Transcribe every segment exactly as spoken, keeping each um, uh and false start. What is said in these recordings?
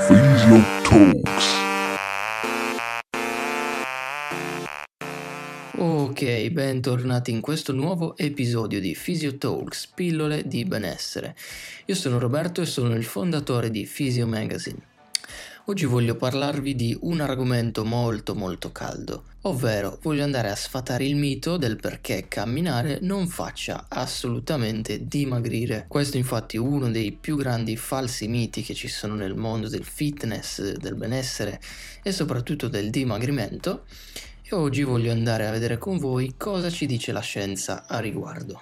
Physio Talks. Ok, bentornati in questo nuovo episodio di Physio Talks, pillole di benessere. Io sono Roberto e sono il fondatore di Physio Magazine. Oggi voglio parlarvi di un argomento molto molto caldo, ovvero voglio andare a sfatare il mito del perché camminare non faccia assolutamente dimagrire. Questo infatti è uno dei più grandi falsi miti che ci sono nel mondo del fitness, del benessere e soprattutto del dimagrimento. E oggi voglio andare a vedere con voi cosa ci dice la scienza a riguardo.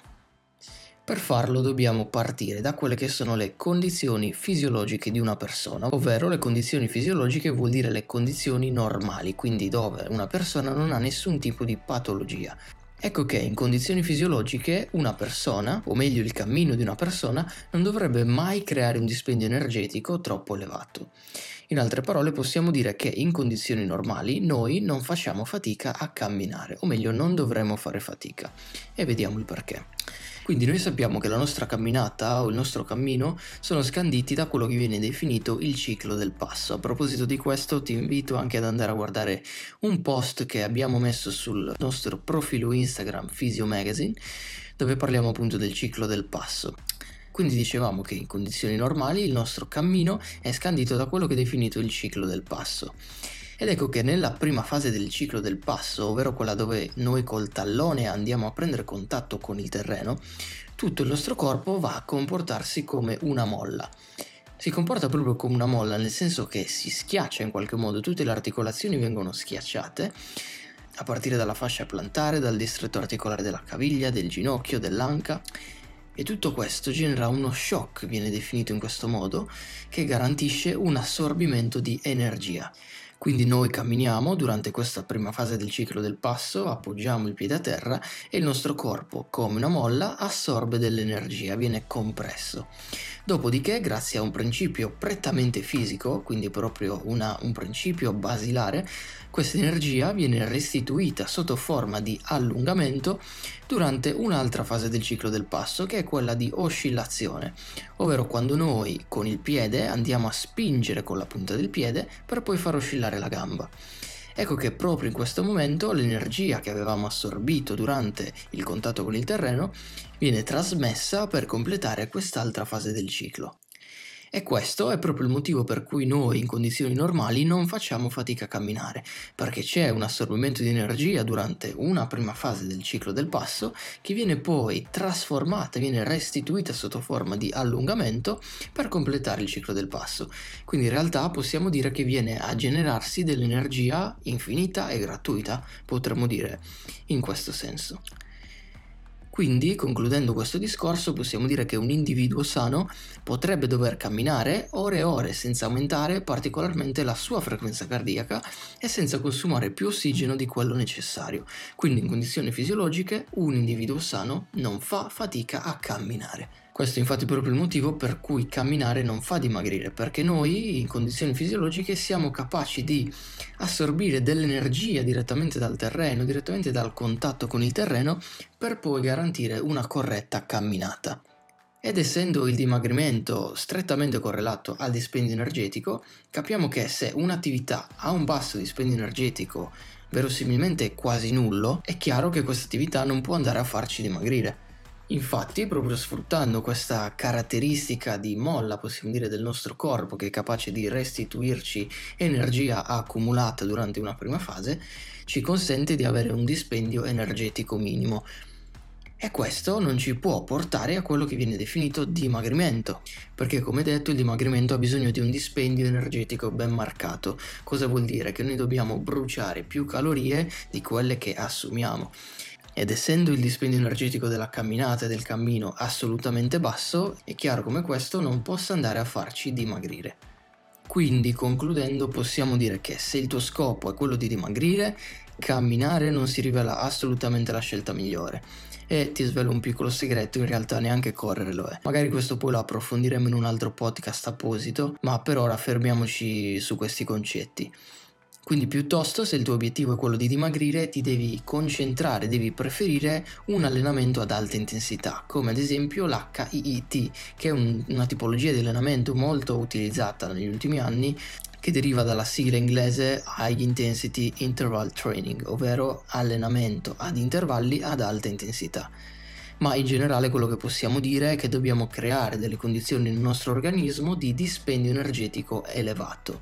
Per farlo dobbiamo partire da quelle che sono le condizioni fisiologiche di una persona, ovvero le condizioni fisiologiche vuol dire le condizioni normali, quindi dove una persona non ha nessun tipo di patologia. Ecco che in condizioni fisiologiche una persona, o meglio il cammino di una persona, non dovrebbe mai creare un dispendio energetico troppo elevato. In altre parole possiamo dire che in condizioni normali noi non facciamo fatica a camminare, o meglio non dovremmo fare fatica. E vediamo il perché. Quindi noi sappiamo che la nostra camminata o il nostro cammino sono scanditi da quello che viene definito il ciclo del passo. A proposito di questo ti invito anche ad andare a guardare un post che abbiamo messo sul nostro profilo Instagram Physio Magazine, dove parliamo appunto del ciclo del passo. Quindi dicevamo che in condizioni normali il nostro cammino è scandito da quello che è definito il ciclo del passo. Ed ecco che nella prima fase del ciclo del passo, ovvero quella dove noi col tallone andiamo a prendere contatto con il terreno, tutto il nostro corpo va a comportarsi come una molla. Si comporta proprio come una molla, nel senso che si schiaccia in qualche modo, tutte le articolazioni vengono schiacciate, a partire dalla fascia plantare, dal distretto articolare della caviglia, del ginocchio, dell'anca. E tutto questo genera uno shock, viene definito in questo modo, che garantisce un assorbimento di energia. Quindi noi camminiamo durante questa prima fase del ciclo del passo, appoggiamo il piede a terra e il nostro corpo, come una molla, assorbe dell'energia, viene compresso. Dopodiché, grazie a un principio prettamente fisico, quindi proprio una, un principio basilare, questa energia viene restituita sotto forma di allungamento durante un'altra fase del ciclo del passo, che è quella di oscillazione, ovvero quando noi con il piede andiamo a spingere con la punta del piede per poi far oscillare la gamba. Ecco che proprio in questo momento l'energia che avevamo assorbito durante il contatto con il terreno viene trasmessa per completare quest'altra fase del ciclo. E questo è proprio il motivo per cui noi in condizioni normali non facciamo fatica a camminare, perché c'è un assorbimento di energia durante una prima fase del ciclo del passo che viene poi trasformata, viene restituita sotto forma di allungamento per completare il ciclo del passo. Quindi in realtà possiamo dire che viene a generarsi dell'energia infinita e gratuita, potremmo dire in questo senso. Quindi, concludendo questo discorso, possiamo dire che un individuo sano potrebbe dover camminare ore e ore senza aumentare particolarmente la sua frequenza cardiaca e senza consumare più ossigeno di quello necessario. Quindi, in condizioni fisiologiche, un individuo sano non fa fatica a camminare. Questo è infatti proprio il motivo per cui camminare non fa dimagrire, perché noi in condizioni fisiologiche siamo capaci di assorbire dell'energia direttamente dal terreno, direttamente dal contatto con il terreno, per poi garantire una corretta camminata. Ed essendo il dimagrimento strettamente correlato al dispendio energetico, capiamo che se un'attività ha un basso dispendio energetico, verosimilmente quasi nullo, è chiaro che questa attività non può andare a farci dimagrire. Infatti, proprio sfruttando questa caratteristica di molla, possiamo dire, del nostro corpo, che è capace di restituirci energia accumulata durante una prima fase, ci consente di avere un dispendio energetico minimo. E questo non ci può portare a quello che viene definito dimagrimento, perché come detto il dimagrimento ha bisogno di un dispendio energetico ben marcato. Cosa vuol dire? Che noi dobbiamo bruciare più calorie di quelle che assumiamo. Ed essendo il dispendio energetico della camminata e del cammino assolutamente basso, è chiaro come questo non possa andare a farci dimagrire. Quindi, concludendo, possiamo dire che se il tuo scopo è quello di dimagrire, camminare non si rivela assolutamente la scelta migliore. E ti svelo un piccolo segreto, in realtà neanche correre lo è. Magari questo poi lo approfondiremo in un altro podcast apposito, ma per ora fermiamoci su questi concetti. Quindi piuttosto, se il tuo obiettivo è quello di dimagrire, ti devi concentrare, devi preferire un allenamento ad alta intensità, come ad esempio l'H I I T, che è un, una tipologia di allenamento molto utilizzata negli ultimi anni, che deriva dalla sigla inglese High Intensity Interval Training, ovvero allenamento ad intervalli ad alta intensità. Ma in generale quello che possiamo dire è che dobbiamo creare delle condizioni nel nostro organismo di dispendio energetico elevato.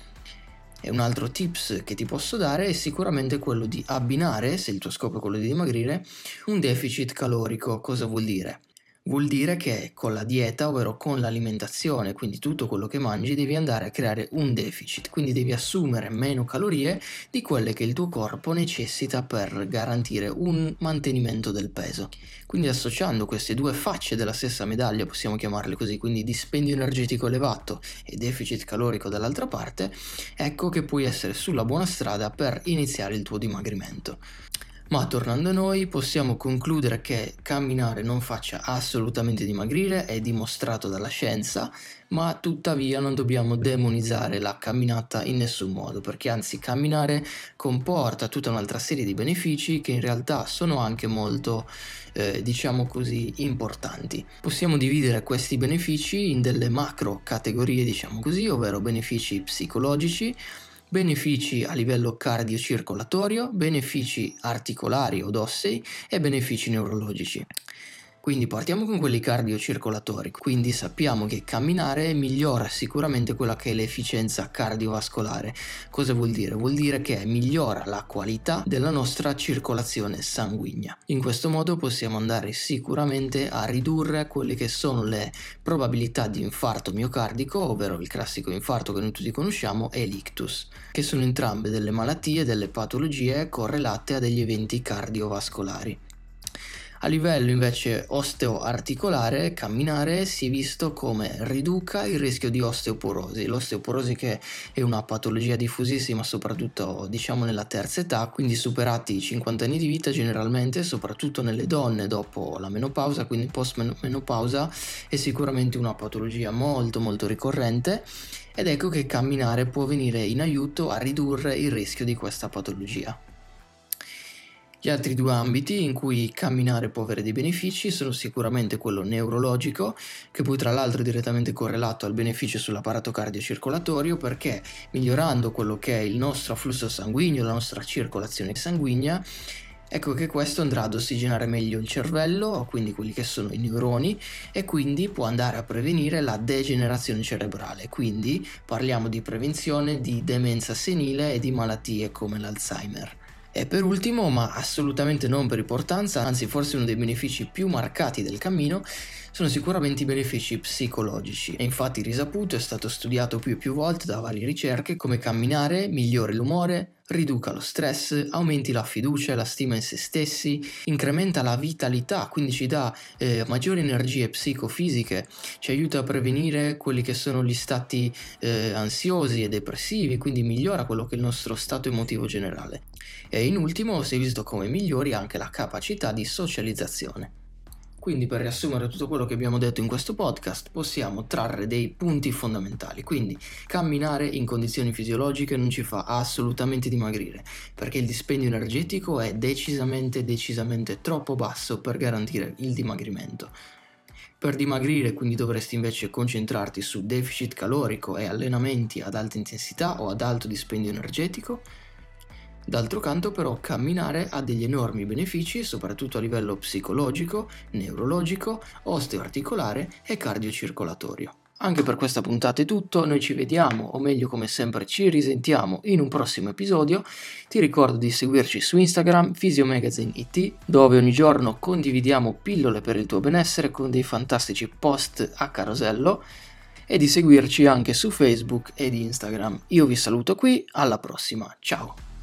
E un altro tips che ti posso dare è sicuramente quello di abbinare, se il tuo scopo è quello di dimagrire, un deficit calorico. Cosa vuol dire? Vuol dire che con la dieta, ovvero con l'alimentazione, quindi tutto quello che mangi, devi andare a creare un deficit, quindi devi assumere meno calorie di quelle che il tuo corpo necessita per garantire un mantenimento del peso. Quindi associando queste due facce della stessa medaglia, possiamo chiamarle così, quindi dispendio energetico elevato e deficit calorico dall'altra parte, ecco che puoi essere sulla buona strada per iniziare il tuo dimagrimento. Ma tornando a noi, possiamo concludere che camminare non faccia assolutamente dimagrire, è dimostrato dalla scienza, ma tuttavia non dobbiamo demonizzare la camminata in nessun modo, perché anzi camminare comporta tutta un'altra serie di benefici che in realtà sono anche molto, eh, diciamo così, importanti. Possiamo dividere questi benefici in delle macro categorie, diciamo così, ovvero benefici psicologici, benefici a livello cardiocircolatorio, benefici articolari od ossei e benefici neurologici. Quindi partiamo con quelli cardiocircolatori, quindi sappiamo che camminare migliora sicuramente quella che è l'efficienza cardiovascolare. Cosa vuol dire? Vuol dire che migliora la qualità della nostra circolazione sanguigna. In questo modo possiamo andare sicuramente a ridurre quelle che sono le probabilità di infarto miocardico, ovvero il classico infarto che noi tutti conosciamo, e l'ictus, che sono entrambe delle malattie, delle patologie correlate a degli eventi cardiovascolari. A livello invece osteoarticolare, camminare si è visto come riduca il rischio di osteoporosi. L'osteoporosi che è una patologia diffusissima soprattutto diciamo nella terza età, quindi superati i cinquanta anni di vita generalmente, soprattutto nelle donne dopo la menopausa, quindi post menopausa, è sicuramente una patologia molto molto ricorrente. Ed ecco che camminare può venire in aiuto a ridurre il rischio di questa patologia. Gli altri due ambiti in cui camminare può avere dei benefici sono sicuramente quello neurologico, che poi tra l'altro è direttamente correlato al beneficio sull'apparato cardiocircolatorio, perché migliorando quello che è il nostro afflusso sanguigno, la nostra circolazione sanguigna, ecco che questo andrà ad ossigenare meglio il cervello, quindi quelli che sono i neuroni, e quindi può andare a prevenire la degenerazione cerebrale. Quindi parliamo di prevenzione di demenza senile e di malattie come l'Alzheimer. E per ultimo, ma assolutamente non per importanza, anzi forse uno dei benefici più marcati del cammino, sono sicuramente i benefici psicologici. E infatti risaputo, è stato studiato più e più volte da varie ricerche, come camminare migliori l'umore, riduca lo stress, aumenti la fiducia e la stima in se stessi, incrementa la vitalità, quindi ci dà eh, maggiori energie psicofisiche, ci aiuta a prevenire quelli che sono gli stati eh, ansiosi e depressivi, quindi migliora quello che è il nostro stato emotivo generale. E in ultimo si è visto come migliori anche la capacità di socializzazione. Quindi per riassumere tutto quello che abbiamo detto in questo podcast possiamo trarre dei punti fondamentali. Quindi camminare in condizioni fisiologiche non ci fa assolutamente dimagrire, perché il dispendio energetico è decisamente decisamente troppo basso per garantire il dimagrimento. Per dimagrire quindi dovresti invece concentrarti su deficit calorico e allenamenti ad alta intensità o ad alto dispendio energetico. D'altro canto però camminare ha degli enormi benefici soprattutto a livello psicologico, neurologico, osteoarticolare e cardiocircolatorio. Anche per questa puntata è tutto, noi ci vediamo, o meglio come sempre ci risentiamo in un prossimo episodio. Ti ricordo di seguirci su Instagram, Physiomagazine I T, dove ogni giorno condividiamo pillole per il tuo benessere con dei fantastici post a carosello, e di seguirci anche su Facebook ed Instagram. Io vi saluto qui, alla prossima, ciao!